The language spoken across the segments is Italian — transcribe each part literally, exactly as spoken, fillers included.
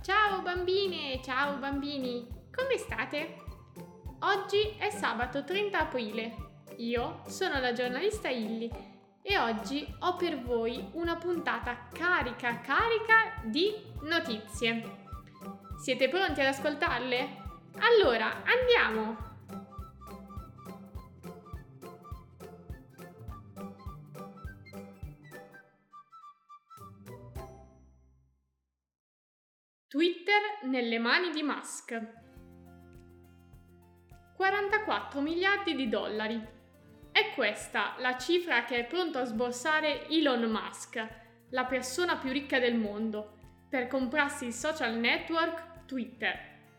Ciao bambine, ciao bambini, come state? Oggi è sabato trenta aprile. Io sono la giornalista Illy e oggi ho per voi una puntata carica carica di notizie. Siete pronti ad ascoltarle? Allora, andiamo! Twitter nelle mani di Musk. quarantaquattro miliardi di dollari. È questa la cifra che è pronto a sborsare Elon Musk, la persona più ricca del mondo, per comprarsi il social network Twitter.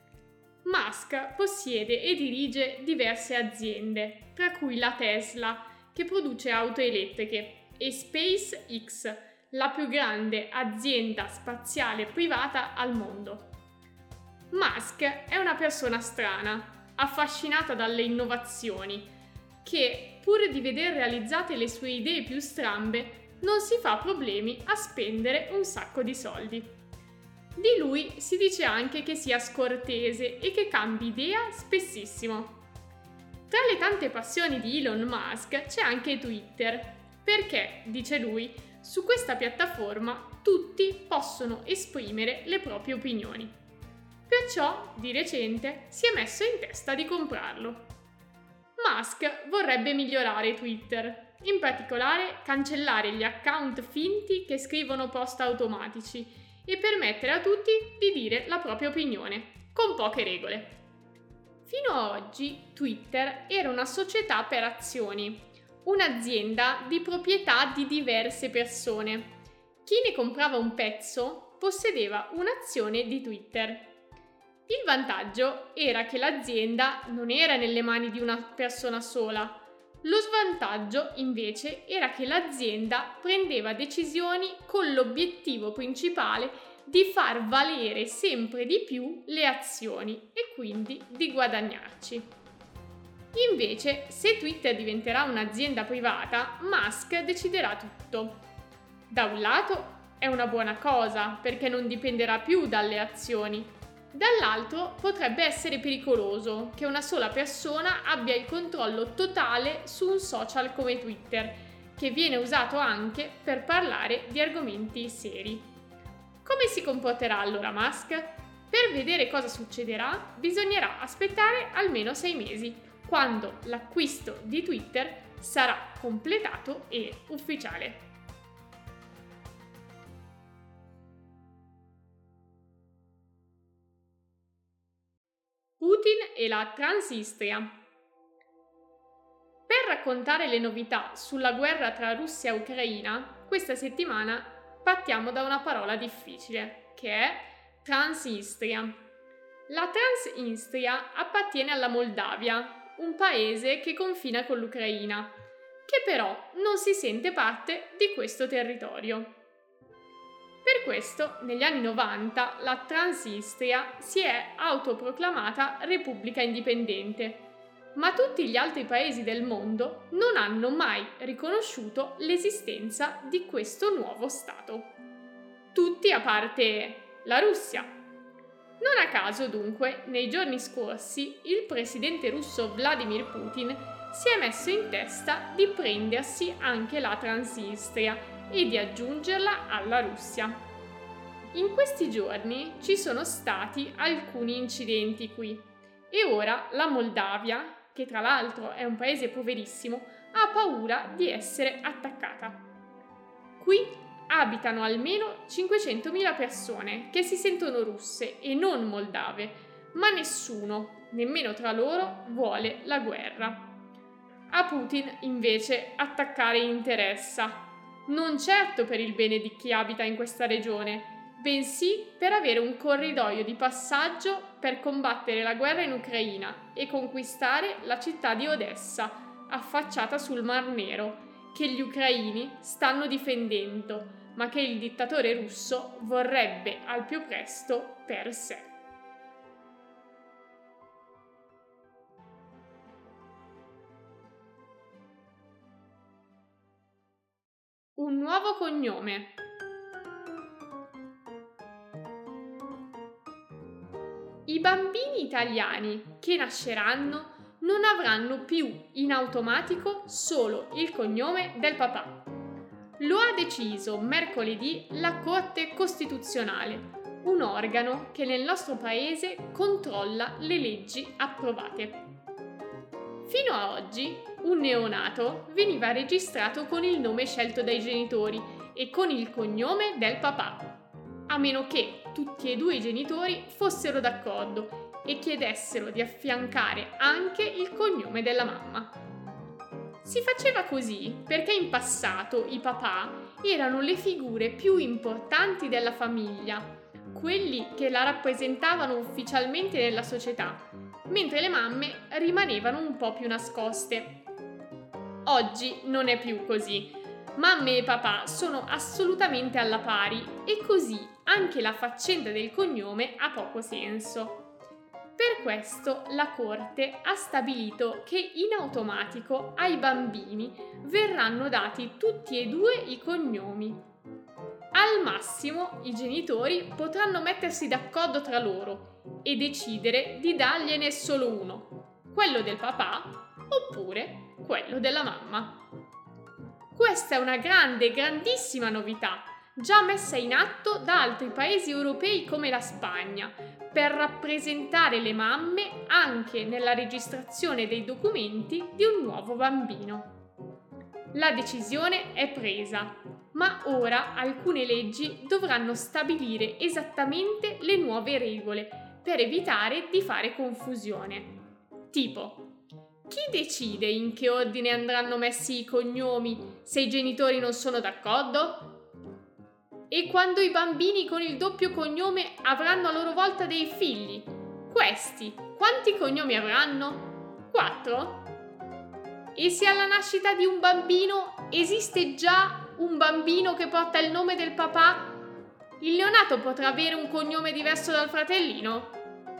Musk possiede e dirige diverse aziende, tra cui la Tesla, che produce auto elettriche, e SpaceX, la più grande azienda spaziale privata al mondo. Musk è una persona strana, affascinata dalle innovazioni, che, pur di veder realizzate le sue idee più strambe, non si fa problemi a spendere un sacco di soldi. Di lui si dice anche che sia scortese e che cambi idea spessissimo. Tra le tante passioni di Elon Musk c'è anche Twitter, perché, dice lui, su questa piattaforma tutti possono esprimere le proprie opinioni. Perciò, di recente, si è messo in testa di comprarlo. Musk vorrebbe migliorare Twitter, in particolare cancellare gli account finti che scrivono post automatici e permettere a tutti di dire la propria opinione, con poche regole. Fino a oggi Twitter era una società per azioni, un'azienda di proprietà di diverse persone. Chi ne comprava un pezzo possedeva un'azione di Twitter. Il vantaggio era che l'azienda non era nelle mani di una persona sola. Lo svantaggio, invece, era che l'azienda prendeva decisioni con l'obiettivo principale di far valere sempre di più le azioni e quindi di guadagnarci. Invece, se Twitter diventerà un'azienda privata, Musk deciderà tutto. Da un lato è una buona cosa, perché non dipenderà più dalle azioni. Dall'altro potrebbe essere pericoloso che una sola persona abbia il controllo totale su un social come Twitter, che viene usato anche per parlare di argomenti seri. Come si comporterà allora Musk? Per vedere cosa succederà, bisognerà aspettare almeno sei mesi, quando l'acquisto di Twitter sarà completato e ufficiale. Putin e la Transnistria. Per raccontare le novità sulla guerra tra Russia e Ucraina, questa settimana partiamo da una parola difficile, che è Transnistria. La Transnistria appartiene alla Moldavia, un paese che confina con l'Ucraina, che però non si sente parte di questo territorio. Per questo, negli anni novanta, la Transnistria si è autoproclamata Repubblica Indipendente, ma tutti gli altri paesi del mondo non hanno mai riconosciuto l'esistenza di questo nuovo Stato. Tutti a parte la Russia. Non a caso, dunque, nei giorni scorsi il presidente russo Vladimir Putin si è messo in testa di prendersi anche la Transnistria e di aggiungerla alla Russia. In questi giorni ci sono stati alcuni incidenti qui e ora la Moldavia, che tra l'altro è un paese poverissimo, ha paura di essere attaccata. Qui abitano almeno cinquecentomila persone che si sentono russe e non moldave, ma nessuno, nemmeno tra loro, vuole la guerra. A Putin, invece, attaccare interessa, non certo per il bene di chi abita in questa regione, bensì per avere un corridoio di passaggio per combattere la guerra in Ucraina e conquistare la città di Odessa, affacciata sul Mar Nero, che gli ucraini stanno difendendo, ma che il dittatore russo vorrebbe al più presto per sé. Un nuovo cognome. bambini italiani che nasceranno non avranno più in automatico solo il cognome del papà. Lo ha deciso mercoledì la Corte Costituzionale, un organo che nel nostro paese controlla le leggi approvate. Fino a oggi un neonato veniva registrato con il nome scelto dai genitori e con il cognome del papà, a meno che tutti e due i genitori fossero d'accordo e chiedessero di affiancare anche il cognome della mamma. Si faceva così perché in passato i papà erano le figure più importanti della famiglia, quelli che la rappresentavano ufficialmente nella società, mentre le mamme rimanevano un po' più nascoste. Oggi non è più così. Mamme e papà sono assolutamente alla pari e così anche la faccenda del cognome ha poco senso. Per questo la Corte ha stabilito che in automatico ai bambini verranno dati tutti e due i cognomi. Al massimo i genitori potranno mettersi d'accordo tra loro e decidere di dargliene solo uno, quello del papà oppure quello della mamma. Questa è una grande, grandissima novità, già messa in atto da altri paesi europei come la Spagna, per rappresentare le mamme anche nella registrazione dei documenti di un nuovo bambino. La decisione è presa, ma ora alcune leggi dovranno stabilire esattamente le nuove regole per evitare di fare confusione. Tipo, chi decide in che ordine andranno messi i cognomi se i genitori non sono d'accordo? E quando i bambini con il doppio cognome avranno a loro volta dei figli, questi quanti cognomi avranno? Quattro? E se alla nascita di un bambino esiste già un bambino che porta il nome del papà, il neonato potrà avere un cognome diverso dal fratellino?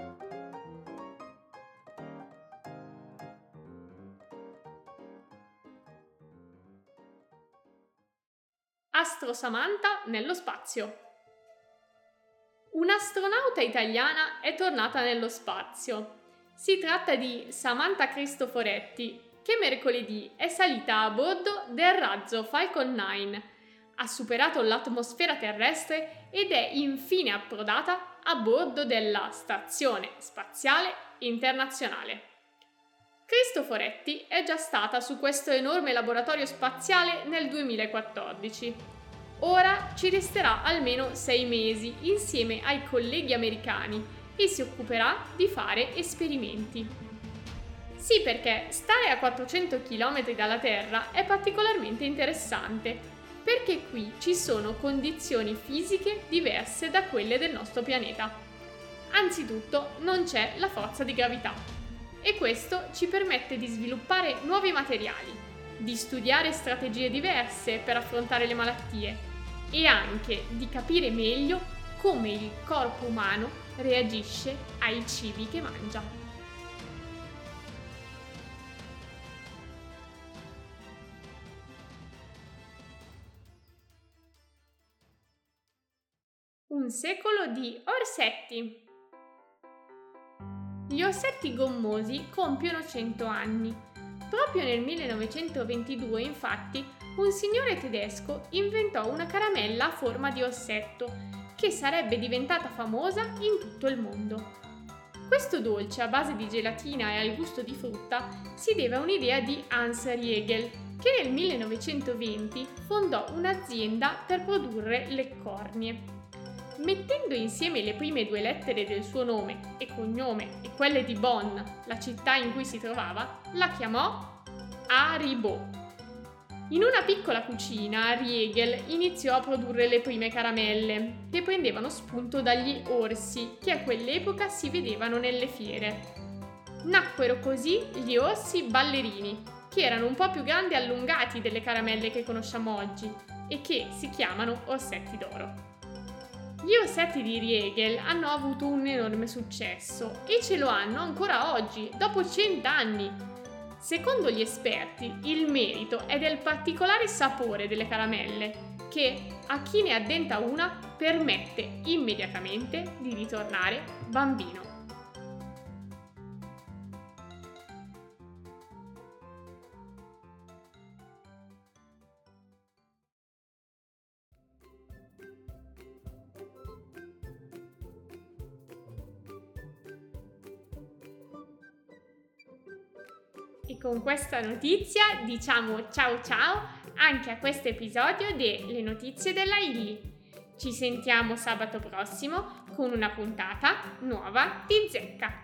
Astro Samantha nello spazio. Un'astronauta italiana è tornata nello spazio. Si tratta di Samantha Cristoforetti, che mercoledì è salita a bordo del razzo Falcon nove, ha superato l'atmosfera terrestre ed è infine approdata a bordo della Stazione Spaziale Internazionale. Cristoforetti è già stata su questo enorme laboratorio spaziale nel duemilaquattordici. Ora ci resterà almeno sei mesi insieme ai colleghi americani e si occuperà di fare esperimenti. Sì, perché stare a quattrocento chilometri dalla Terra è particolarmente interessante, perché qui ci sono condizioni fisiche diverse da quelle del nostro pianeta. Anzitutto non c'è la forza di gravità. E questo ci permette di sviluppare nuovi materiali, di studiare strategie diverse per affrontare le malattie e anche di capire meglio come il corpo umano reagisce ai cibi che mangia. Un secolo di orsetti. Gli orsetti gommosi compiono cento anni. Proprio nel millenovecentoventidue, infatti, un signore tedesco inventò una caramella a forma di orsetto che sarebbe diventata famosa in tutto il mondo. Questo dolce a base di gelatina e al gusto di frutta si deve a un'idea di Hans Riegel, che nel millenovecentoventi fondò un'azienda per produrre le cornie. Mettendo insieme le prime due lettere del suo nome e cognome e quelle di Bonn, la città in cui si trovava, la chiamò Haribo. In una piccola cucina, Riegel iniziò a produrre le prime caramelle, che prendevano spunto dagli orsi che a quell'epoca si vedevano nelle fiere. Nacquero così gli orsi ballerini, che erano un po' più grandi e allungati delle caramelle che conosciamo oggi e che si chiamano orsetti d'oro. Gli orsetti di Riegel hanno avuto un enorme successo e ce lo hanno ancora oggi, dopo cent'anni. Secondo gli esperti, il merito è del particolare sapore delle caramelle, che a chi ne addenta una permette immediatamente di ritornare bambino. E con questa notizia diciamo ciao ciao anche a questo episodio delle notizie della Illy. Ci sentiamo sabato prossimo con una puntata nuova di Zecca.